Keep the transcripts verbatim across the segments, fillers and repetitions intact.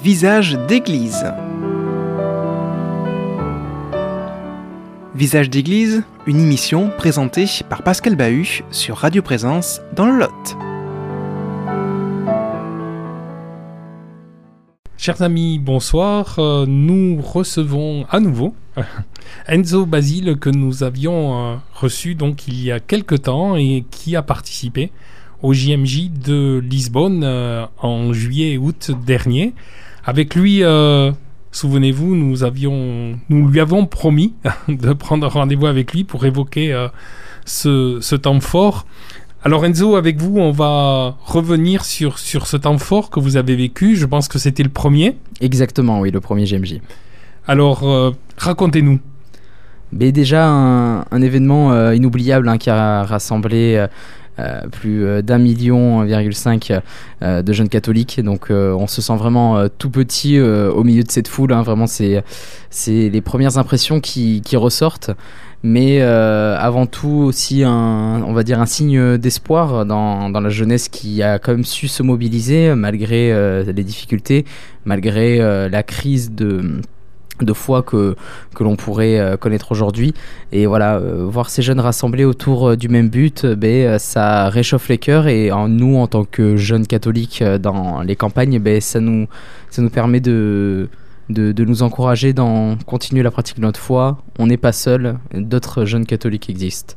Visage d'église. Visage d'église, une émission présentée par Pascal Bahut sur Radio Présence dans le Lot. Chers amis, bonsoir. Euh, nous recevons à nouveau Enzo Basile que nous avions euh, reçu donc il y a quelque temps et qui a participé au J M J de Lisbonne euh, en juillet et août dernier. Avec lui, euh, souvenez-vous, nous avions, nous lui avons promis de prendre rendez-vous avec lui pour évoquer euh, ce, ce temps fort. Alors Enzo, avec vous, on va revenir sur, sur ce temps fort que vous avez vécu. Je pense que c'était le premier. Exactement, oui, le premier J M J. Alors, euh, racontez-nous. Mais déjà, un, un événement euh, inoubliable hein, qui a rassemblé euh, euh, plus euh, d'un million virgule cinq euh, de jeunes catholiques. Donc, euh, on se sent vraiment euh, tout petit euh, au milieu de cette foule. Hein. Vraiment, c'est, c'est les premières impressions qui, qui ressortent. Mais euh, avant tout aussi un, on va dire un signe d'espoir dans, dans la jeunesse qui a quand même su se mobiliser malgré euh, les difficultés, malgré euh, la crise de de foi que, que l'on pourrait euh, connaître aujourd'hui. Et voilà, euh, voir ces jeunes rassemblés autour euh, du même but, euh, ben, ça réchauffe les cœurs et en nous, en tant que jeunes catholiques euh, dans les campagnes, ben, ça, nous, ça nous permet de... De, de nous encourager dans continuer la pratique de notre foi. On n'est pas seul, d'autres jeunes catholiques existent.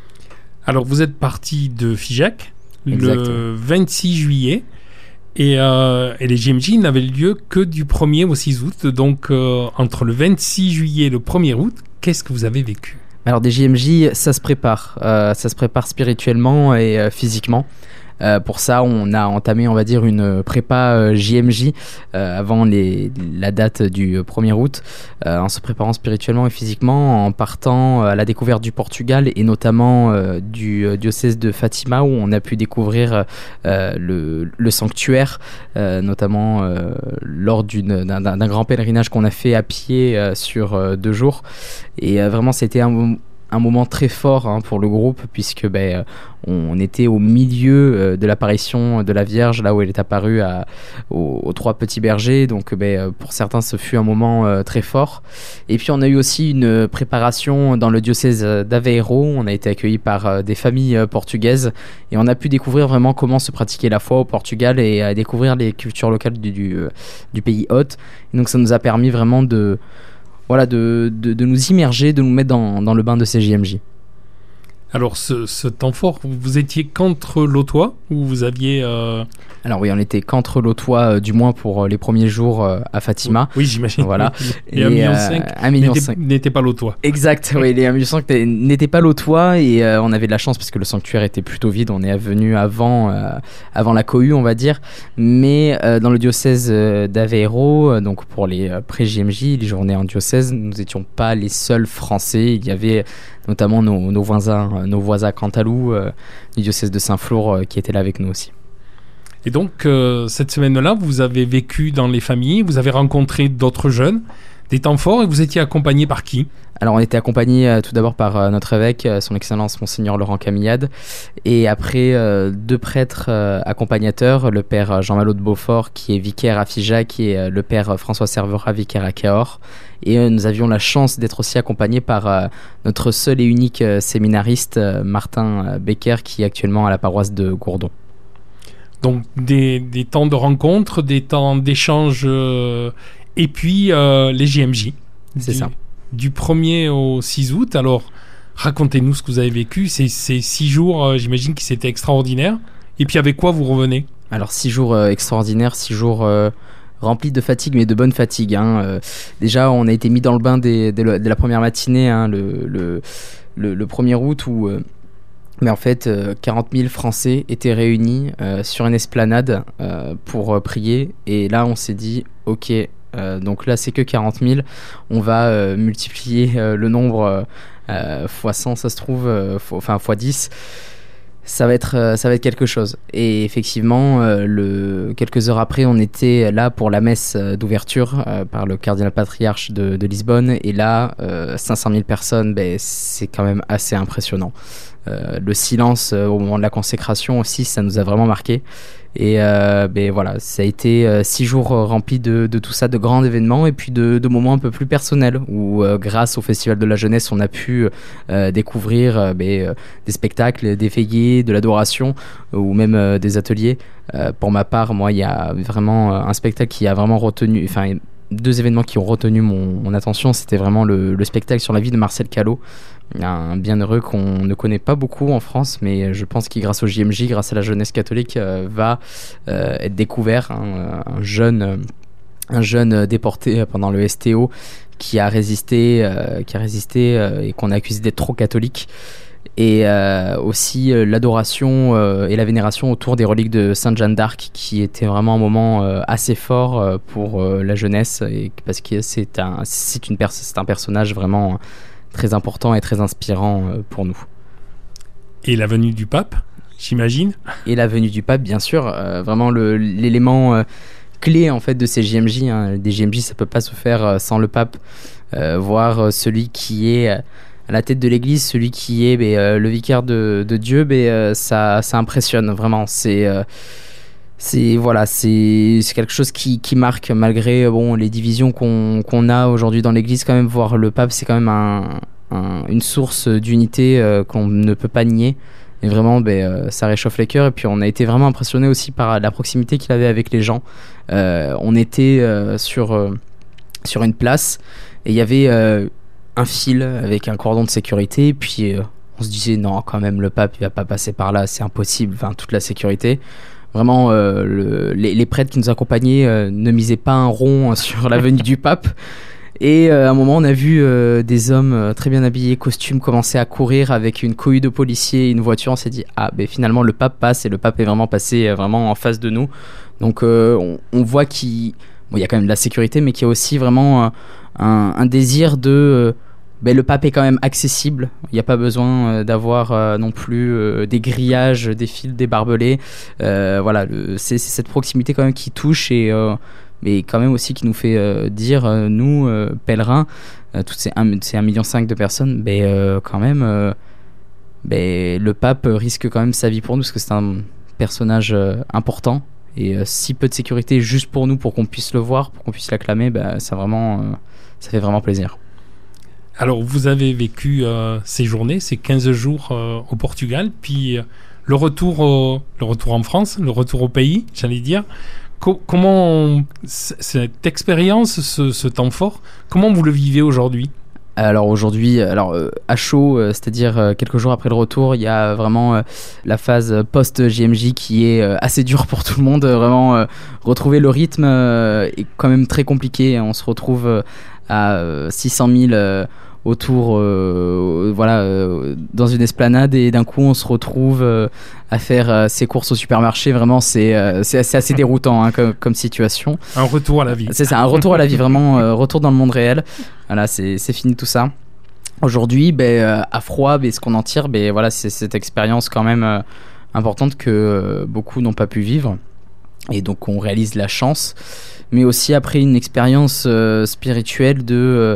Alors vous êtes parti de Figeac Exact. Le vingt-six juillet et, euh, et les J M J n'avaient lieu que du premier au six août. Donc euh, entre le vingt-six juillet et le premier août, qu'est-ce que vous avez vécu ? Alors des J M J, ça se prépare. Euh, ça se prépare spirituellement et euh, physiquement. Euh, pour ça, on a entamé, on va dire, une prépa euh, J M J euh, avant les, la date du premier août, euh, en se préparant spirituellement et physiquement, en partant à la découverte du Portugal et notamment euh, du euh, diocèse de Fatima où on a pu découvrir euh, le, le sanctuaire, euh, notamment euh, lors d'une, d'un, d'un grand pèlerinage qu'on a fait à pied euh, sur euh, deux jours. Et euh, vraiment, c'était un un moment très fort hein, pour le groupe puisque ben, on était au milieu euh, de l'apparition de la Vierge, là où elle est apparue à, aux, aux trois petits bergers. Donc ben, pour certains, ce fut un moment euh, très fort. Et puis on a eu aussi une préparation dans le diocèse d'Aveiro. On a été accueillis par euh, des familles euh, portugaises et on a pu découvrir vraiment comment se pratiquer la foi au Portugal et à découvrir les cultures locales du, du, euh, du pays hôte. Et donc ça nous a permis vraiment de Voilà, de, de, de nous immerger, de nous mettre dans, dans le bain de ces J M J. Alors, ce, ce temps fort, vous étiez qu'entre l'Autois ou vous aviez... Euh... Alors oui, on était qu'entre l'Autois, euh, du moins pour euh, les premiers jours euh, à Fatima. Oui, j'imagine. Voilà. Et, et un million cinq n'était, n'était pas l'Autois. Exact, oui, les un million cinq n'étaient pas l'Autois et euh, on avait de la chance parce que le sanctuaire était plutôt vide. On est venu avant, euh, avant la cohue, on va dire. Mais euh, dans le diocèse d'Aveiro, euh, donc pour les euh, pré-J M J, les journées en diocèse, nous n'étions pas les seuls Français. Il y avait notamment nos, nos voisins, nos voisins Cantalou euh, du diocèse de Saint-Flour euh, qui étaient là avec nous aussi. Et donc, euh, cette semaine-là, vous avez vécu dans les familles, vous avez rencontré d'autres jeunes, des temps forts, et vous étiez accompagné par qui ? Alors, on était accompagné euh, tout d'abord par euh, notre évêque, euh, son Excellence Monseigneur Laurent Camillade, et après euh, deux prêtres euh, accompagnateurs, le père Jean-Malo de Beaufort, qui est vicaire à Figeac, et euh, le père François Servera, vicaire à Cahors. Et euh, nous avions la chance d'être aussi accompagnés par euh, notre seul et unique euh, séminariste, euh, Martin euh, Becker, qui est actuellement à la paroisse de Gourdon. Donc des, des temps de rencontre, des temps d'échange, euh, et puis euh, les J M J. C'est du, ça. Du premier au six août. Alors, racontez-nous ce que vous avez vécu. Ces, ces six jours, euh, j'imagine que c'était extraordinaire. Et puis avec quoi vous revenez ? Alors six jours euh, extraordinaires, six jours... Euh rempli de fatigue, mais de bonne fatigue. Hein. Euh, déjà, on a été mis dans le bain dès, dès, le, dès la première matinée, hein, le, le, le, le premier août, où euh, mais en fait, euh, quarante mille Français étaient réunis euh, sur une esplanade euh, pour euh, prier. Et là, on s'est dit, ok, euh, donc là, c'est que quarante mille. On va euh, multiplier euh, le nombre euh, fois cent, ça se trouve, euh, fois, enfin fois dix. Ça va être, euh, ça va être quelque chose. Et effectivement, euh, le, quelques heures après, on était là pour la messe d'ouverture euh, par le cardinal patriarche de, de Lisbonne. Et là, euh, cinq cent mille personnes, ben, c'est quand même assez impressionnant. euh, le silence euh, au moment de la consécration aussi, ça nous a vraiment marqué. Et euh, ben voilà, ça a été euh, six jours euh, remplis de, de tout ça, de grands événements et puis de, de moments un peu plus personnels où euh, grâce au Festival de la Jeunesse, on a pu euh, découvrir euh, ben, euh, des spectacles, des veillées, de l'adoration ou même euh, des ateliers. Euh, pour ma part, moi, il y a vraiment euh, un spectacle qui a vraiment retenu, enfin deux événements qui ont retenu mon, mon attention. C'était vraiment le, le spectacle sur la vie de Marcel Callot, un bienheureux qu'on ne connaît pas beaucoup en France, mais je pense qu'il, grâce au J M J, grâce à la jeunesse catholique, euh, va euh, être découvert. Hein, un jeune, euh, un jeune déporté pendant le S T O qui a résisté, euh, qui a résisté euh, et qu'on a accusé d'être trop catholique. Et euh, aussi euh, l'adoration euh, et la vénération autour des reliques de Sainte Jeanne d'Arc, qui était vraiment un moment euh, assez fort euh, pour euh, la jeunesse, et, parce que c'est un, c'est, une pers- c'est un personnage vraiment très important et très inspirant euh, pour nous. Et la venue du pape, j'imagine. Et la venue du pape, bien sûr, euh, vraiment le, l'élément euh, clé en fait de ces J M J. Hein. Des J M J, ça peut pas se faire euh, sans le pape. Euh, voir euh, celui qui est euh, à la tête de l'église, celui qui est bah, euh, le vicaire de, de Dieu, bah, euh, ça, ça impressionne vraiment. C'est, euh, c'est, voilà, c'est, c'est quelque chose qui, qui marque malgré bon, les divisions qu'on, qu'on a aujourd'hui dans l'église. Quand même, voir le pape, c'est quand même un, un, une source d'unité euh, qu'on ne peut pas nier. Et vraiment, bah, euh, ça réchauffe les cœurs. Et puis, on a été vraiment impressionnés aussi par la proximité qu'il avait avec les gens. Euh, on était euh, sur, euh, sur une place et il y avait... Euh, un fil avec un cordon de sécurité, puis euh, on se disait non, quand même le pape il va pas passer par là, c'est impossible, enfin toute la sécurité. Vraiment euh, le, les, les prêtres qui nous accompagnaient euh, ne misaient pas un rond sur la venue du pape. Et euh, à un moment on a vu euh, des hommes euh, très bien habillés, costumes, commencer à courir avec une cohue de policiers et une voiture. On s'est dit ah ben finalement le pape passe, et le pape est vraiment passé euh, vraiment en face de nous. Donc euh, on, on voit qu'il bon, y a quand même de la sécurité, mais qu'il y a aussi vraiment euh, un, un désir de euh, ben, le pape est quand même accessible. Il n'y a pas besoin euh, d'avoir euh, non plus euh, des grillages, des fils, des barbelés. Euh, voilà, le, c'est, c'est cette proximité quand même qui touche, et euh, mais quand même aussi qui nous fait euh, dire, euh, nous, euh, pèlerins, euh, toutes ces un virgule cinq million de personnes, ben, euh, quand même, euh, ben, le pape risque quand même sa vie pour nous, parce que c'est un personnage euh, important. Et euh, si peu de sécurité juste pour nous, pour qu'on puisse le voir, pour qu'on puisse l'acclamer, ben, ça, vraiment, euh, ça fait vraiment plaisir. Alors, vous avez vécu euh, ces journées, ces quinze jours euh, au Portugal, puis euh, le, retour au, le retour en France, le retour au pays, j'allais dire. Co- comment on, c- cette expérience, ce, ce temps fort, comment vous le vivez aujourd'hui ? Alors aujourd'hui, alors euh, à chaud, euh, c'est-à-dire euh, quelques jours après le retour, il y a vraiment euh, la phase post-J M J qui est euh, assez dure pour tout le monde. Euh, vraiment, euh, retrouver le rythme euh, est quand même très compliqué. On se retrouve euh, à euh, six cent mille euh, autour, euh, voilà, euh, dans une esplanade, et d'un coup on se retrouve euh, à faire euh, ses courses au supermarché. Vraiment, c'est, euh, c'est, assez, assez déroutant hein, comme, comme situation. Un retour à la vie. C'est ça, un retour à la vie, vraiment, euh, retour dans le monde réel. Voilà, c'est, c'est fini tout ça. Aujourd'hui, ben, euh, à froid, ben, ce qu'on en tire, ben, voilà, c'est cette expérience quand même euh, importante que euh, beaucoup n'ont pas pu vivre. Et donc on réalise la chance, mais aussi après une expérience euh, spirituelle de... Euh,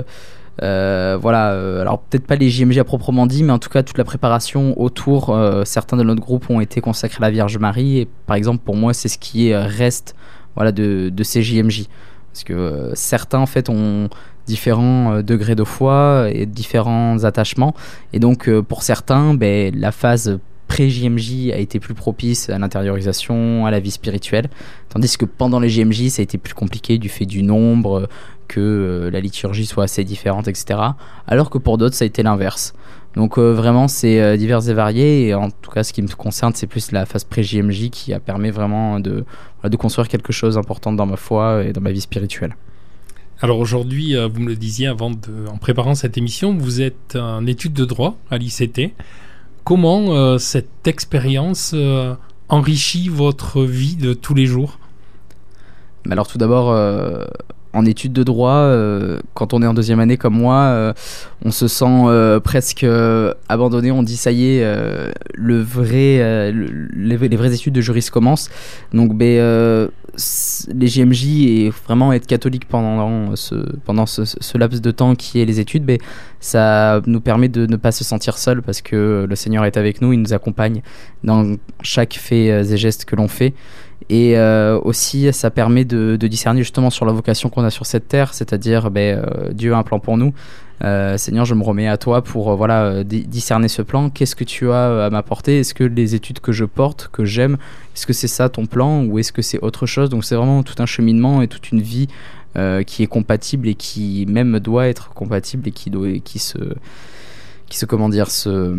Euh, voilà, euh, alors peut-être pas les J M J à proprement dit, mais en tout cas toute la préparation autour. Euh, certains de notre groupe ont été consacrés à la Vierge Marie, et par exemple pour moi c'est ce qui est, reste voilà, de, de ces J M J, parce que euh, certains en fait ont différents euh, degrés de foi et différents attachements, et donc euh, pour certains ben, la phase pré-J M J a été plus propice à l'intériorisation, à la vie spirituelle, tandis que pendant les J M J ça a été plus compliqué du fait du nombre, que euh, la liturgie soit assez différente, et cetera. Alors que pour d'autres ça a été l'inverse. Donc euh, vraiment c'est euh, divers et varié, et en tout cas ce qui me concerne c'est plus la phase pré-J M J qui a permis vraiment de, voilà, de construire quelque chose d'important dans ma foi et dans ma vie spirituelle. Alors aujourd'hui, euh, vous me le disiez avant de, en préparant cette émission, vous êtes en études de droit à l'I C T. Comment euh, cette expérience euh, enrichit votre vie de tous les jours ? Alors tout d'abord, euh, en études de droit, euh, quand on est en deuxième année comme moi, euh, on se sent euh, presque euh, abandonné. On dit ça y est, euh, le vrai, euh, le, les, les vraies études de juriste commencent. Donc ben, euh, les J M J et vraiment être catholique pendant ce, pendant ce, ce laps de temps qui est les études, ben, ça nous permet de ne pas se sentir seul parce que le Seigneur est avec nous, il nous accompagne dans chaque fait et geste que l'on fait. Et euh, aussi ça permet de, de discerner justement sur la vocation qu'on a sur cette terre, c'est-à-dire ben, euh, Dieu a un plan pour nous. Euh, Seigneur, je me remets à toi pour euh, voilà, euh, discerner ce plan. Qu'est-ce que tu as à m'apporter? Est-ce que les études que je porte, que j'aime, est-ce que c'est ça ton plan ou est-ce que c'est autre chose? Donc c'est vraiment tout un cheminement et toute une vie euh, qui est compatible et qui même doit être compatible et qui, doit, et qui se... qui se comment dire se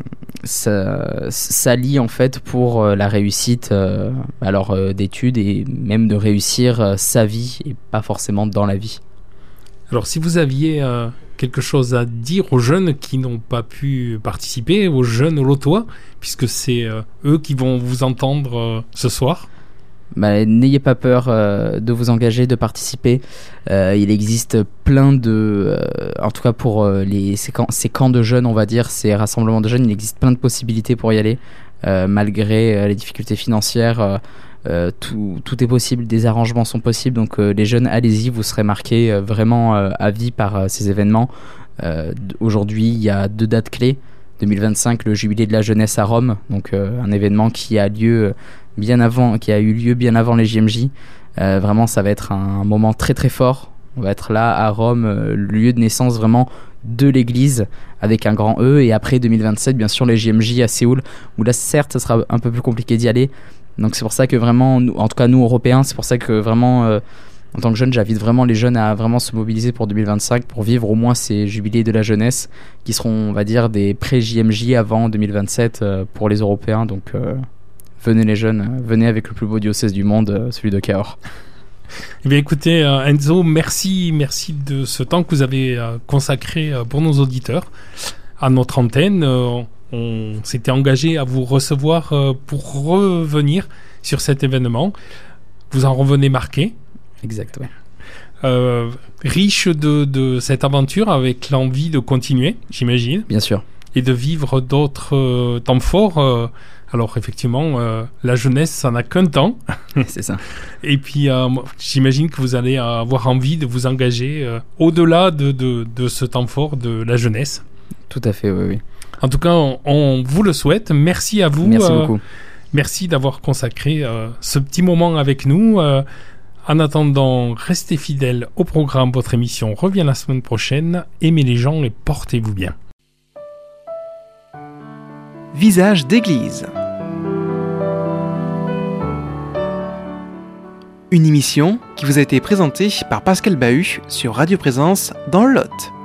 ça s'allie en fait pour euh, la réussite euh, alors euh, d'études et même de réussir euh, sa vie et pas forcément dans la vie. Alors si vous aviez euh, quelque chose à dire aux jeunes qui n'ont pas pu participer, aux jeunes lotois, puisque c'est euh, eux qui vont vous entendre euh, ce soir. Bah, n'ayez pas peur euh, de vous engager, de participer. Euh, il existe plein de... Euh, en tout cas pour euh, les, ces, camps, ces camps de jeunes, on va dire, ces rassemblements de jeunes, il existe plein de possibilités pour y aller. Euh, malgré euh, les difficultés financières, euh, euh, tout, tout est possible, des arrangements sont possibles. Donc euh, les jeunes, allez-y, vous serez marqués euh, vraiment euh, à vie par euh, ces événements. Euh, aujourd'hui, il y a deux dates clés. deux mille vingt-cinq, le Jubilé de la jeunesse à Rome, donc euh, un événement qui a lieu... bien avant, qui a eu lieu bien avant les J M J. Euh, vraiment, ça va être un moment très très fort. On va être là à Rome, euh, lieu de naissance vraiment de l'église avec un grand E. Et après deux mille vingt-sept, bien sûr, les J M J à Séoul, où là, certes, ça sera un peu plus compliqué d'y aller. Donc c'est pour ça que vraiment, nous, en tout cas nous Européens, c'est pour ça que vraiment, euh, en tant que jeune, j'invite vraiment les jeunes à vraiment se mobiliser pour deux mille vingt-cinq pour vivre au moins ces jubilés de la jeunesse qui seront, on va dire, des pré-J M J avant deux mille vingt-sept euh, pour les Européens. Donc euh, venez les jeunes, venez avec le plus beau diocèse du monde, euh, celui de Cahors. Eh bien écoutez euh, Enzo, merci, merci de ce temps que vous avez euh, consacré euh, pour nos auditeurs à notre antenne. Euh, on s'était engagé à vous recevoir euh, pour revenir sur cet événement. Vous en revenez marqué. Exactement. Euh, riche de, de cette aventure avec l'envie de continuer, j'imagine. Bien sûr. Et de vivre d'autres euh, temps forts. Euh, alors effectivement, euh, la jeunesse, ça n'a qu'un temps. C'est ça. Et puis, euh, j'imagine que vous allez avoir envie de vous engager euh, au-delà de, de, de ce temps fort de la jeunesse. Tout à fait, oui, oui. En tout cas, on, on vous le souhaite. Merci à vous. Merci euh, beaucoup. Merci d'avoir consacré euh, ce petit moment avec nous. Euh, en attendant, restez fidèles au programme. Votre émission revient la semaine prochaine. Aimez les gens et portez-vous bien. Visage d'église. Une émission qui vous a été présentée par Pascal Bahut sur Radio Présence dans le Lot.